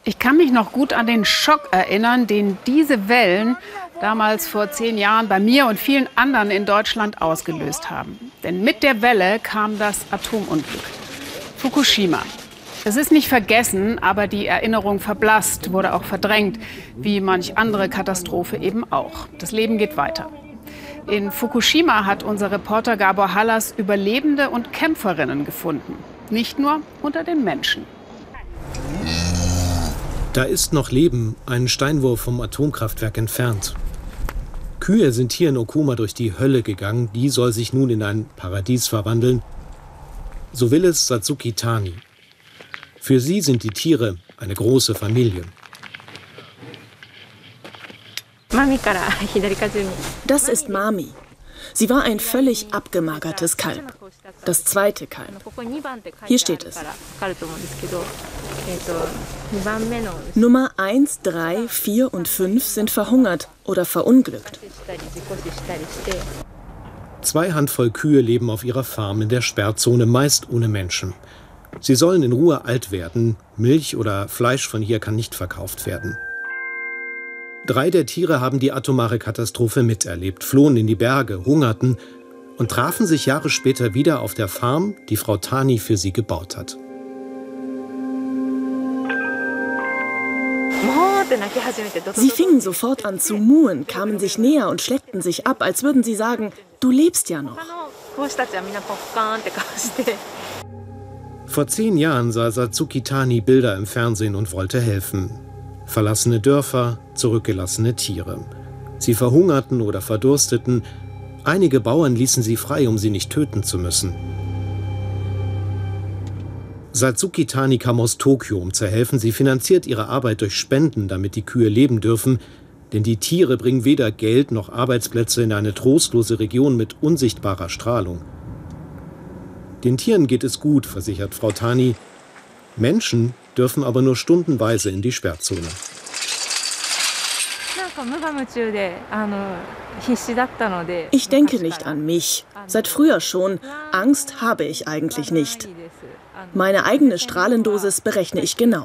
Ich kann mich noch gut an den Schock erinnern, den diese Wellen damals vor 10 Jahren bei mir und vielen anderen in Deutschland ausgelöst haben. Denn mit der Welle kam das Atomunglück. Fukushima. Es ist nicht vergessen, aber die Erinnerung verblasst, wurde auch verdrängt, wie manch andere Katastrophe eben auch. Das Leben geht weiter. In Fukushima hat unser Reporter Gabor Hallas Überlebende und Kämpferinnen gefunden. Nicht nur unter den Menschen. Da ist noch Leben, einen Steinwurf vom Atomkraftwerk entfernt. Kühe sind hier in Okuma durch die Hölle gegangen, die soll sich nun in ein Paradies verwandeln. So will es Satsuki Tani. Für sie sind die Tiere eine große Familie. Das ist Mami. Sie war ein völlig abgemagertes Kalb. Das zweite Kalb. Hier steht es. Nummer 1, 3, 4 und 5 sind verhungert oder verunglückt. 2 Handvoll Kühe leben auf ihrer Farm in der Sperrzone, meist ohne Menschen. Sie sollen in Ruhe alt werden. Milch oder Fleisch von hier kann nicht verkauft werden. 3 der Tiere haben die atomare Katastrophe miterlebt, flohen in die Berge, hungerten und trafen sich Jahre später wieder auf der Farm, die Frau Tani für sie gebaut hat. Sie fingen sofort an zu muhen, kamen sich näher und schleckten sich ab, als würden sie sagen, du lebst ja noch. Vor 10 Jahren sah Satsuki Tani Bilder im Fernsehen und wollte helfen. Verlassene Dörfer, zurückgelassene Tiere. Sie verhungerten oder verdursteten. Einige Bauern ließen sie frei, um sie nicht töten zu müssen. Satsuki Tani kam aus Tokio, um zu helfen. Sie finanziert ihre Arbeit durch Spenden, damit die Kühe leben dürfen. Denn die Tiere bringen weder Geld noch Arbeitsplätze in eine trostlose Region mit unsichtbarer Strahlung. Den Tieren geht es gut, versichert Frau Tani. Menschen dürfen aber nur stundenweise in die Sperrzone. Ich denke nicht an mich. Seit früher schon. Angst habe ich eigentlich nicht. Meine eigene Strahlendosis berechne ich genau.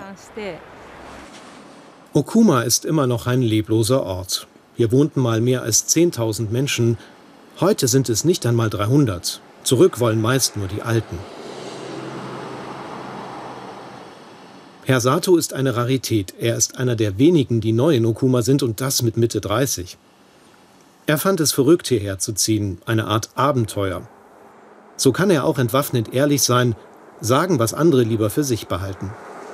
Okuma ist immer noch ein lebloser Ort. Hier wohnten mal mehr als 10.000 Menschen. Heute sind es nicht einmal 300. Zurück wollen meist nur die Alten. Herr Sato ist eine Rarität. Er ist einer der wenigen, die neu in Okuma sind, und das mit Mitte 30. Er fand es verrückt, hierher zu ziehen, eine Art Abenteuer. So kann er auch entwaffnet ehrlich sein, sagen, was andere lieber für sich behalten.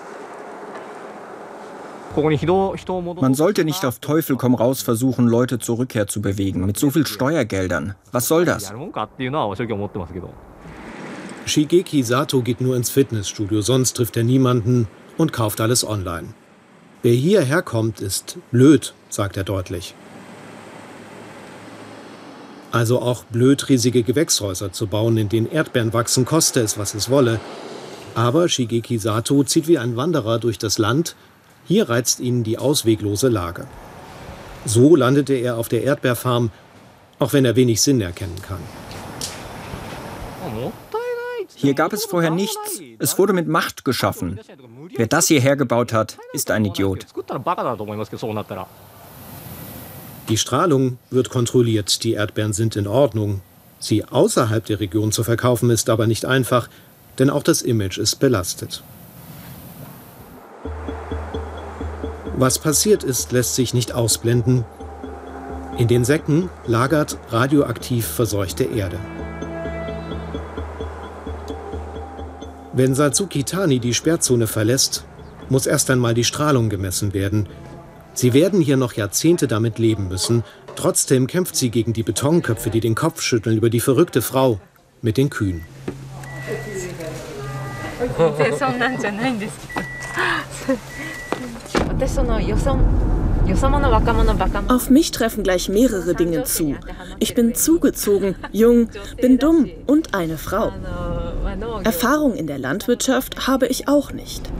Man sollte nicht auf Teufel komm raus versuchen, Leute zur Rückkehr zu bewegen, mit so viel Steuergeldern. Was soll das? Shigeki Sato geht nur ins Fitnessstudio, sonst trifft er niemanden und kauft alles online. Wer hierher kommt, ist blöd, sagt er deutlich. Also auch blöd, riesige Gewächshäuser zu bauen, in denen Erdbeeren wachsen, koste es, was es wolle. Aber Shigeki Sato zieht wie ein Wanderer durch das Land. Hier reizt ihn die ausweglose Lage. So landete er auf der Erdbeerfarm, auch wenn er wenig Sinn erkennen kann. Hier gab es vorher nichts. Es wurde mit Macht geschaffen. Wer das hierher gebaut hat, ist ein Idiot. Die Strahlung wird kontrolliert, die Erdbeeren sind in Ordnung. Sie außerhalb der Region zu verkaufen ist aber nicht einfach, denn auch das Image ist belastet. Was passiert ist, lässt sich nicht ausblenden. In den Säcken lagert radioaktiv verseuchte Erde. Wenn Satsuki Tani die Sperrzone verlässt, muss erst einmal die Strahlung gemessen werden. Sie werden hier noch Jahrzehnte damit leben müssen. Trotzdem kämpft sie gegen die Betonköpfe, die den Kopf schütteln über die verrückte Frau mit den Kühen. Auf mich treffen gleich mehrere Dinge zu. Ich bin zugezogen, jung, bin dumm und eine Frau. Erfahrung in der Landwirtschaft habe ich auch nicht.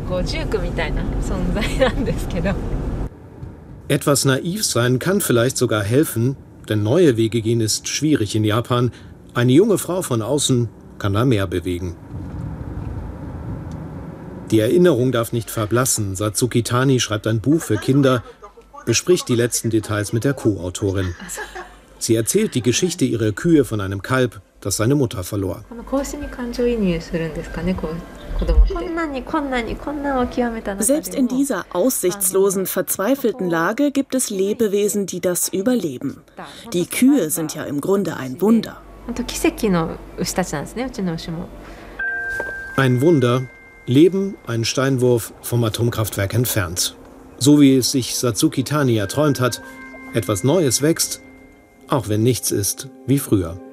Etwas naiv sein kann vielleicht sogar helfen, denn neue Wege gehen ist schwierig in Japan. Eine junge Frau von außen kann da mehr bewegen. Die Erinnerung darf nicht verblassen. Satsuki Tani schreibt ein Buch für Kinder, bespricht die letzten Details mit der Co-Autorin. Sie erzählt die Geschichte ihrer Kühe von einem Kalb, das seine Mutter verlor. Selbst in dieser aussichtslosen, verzweifelten Lage gibt es Lebewesen, die das überleben. Die Kühe sind ja im Grunde ein Wunder. Ein Wunder, Leben ein Steinwurf vom Atomkraftwerk entfernt. So wie es sich Satsuki Tani erträumt hat, etwas Neues wächst, auch wenn nichts ist wie früher.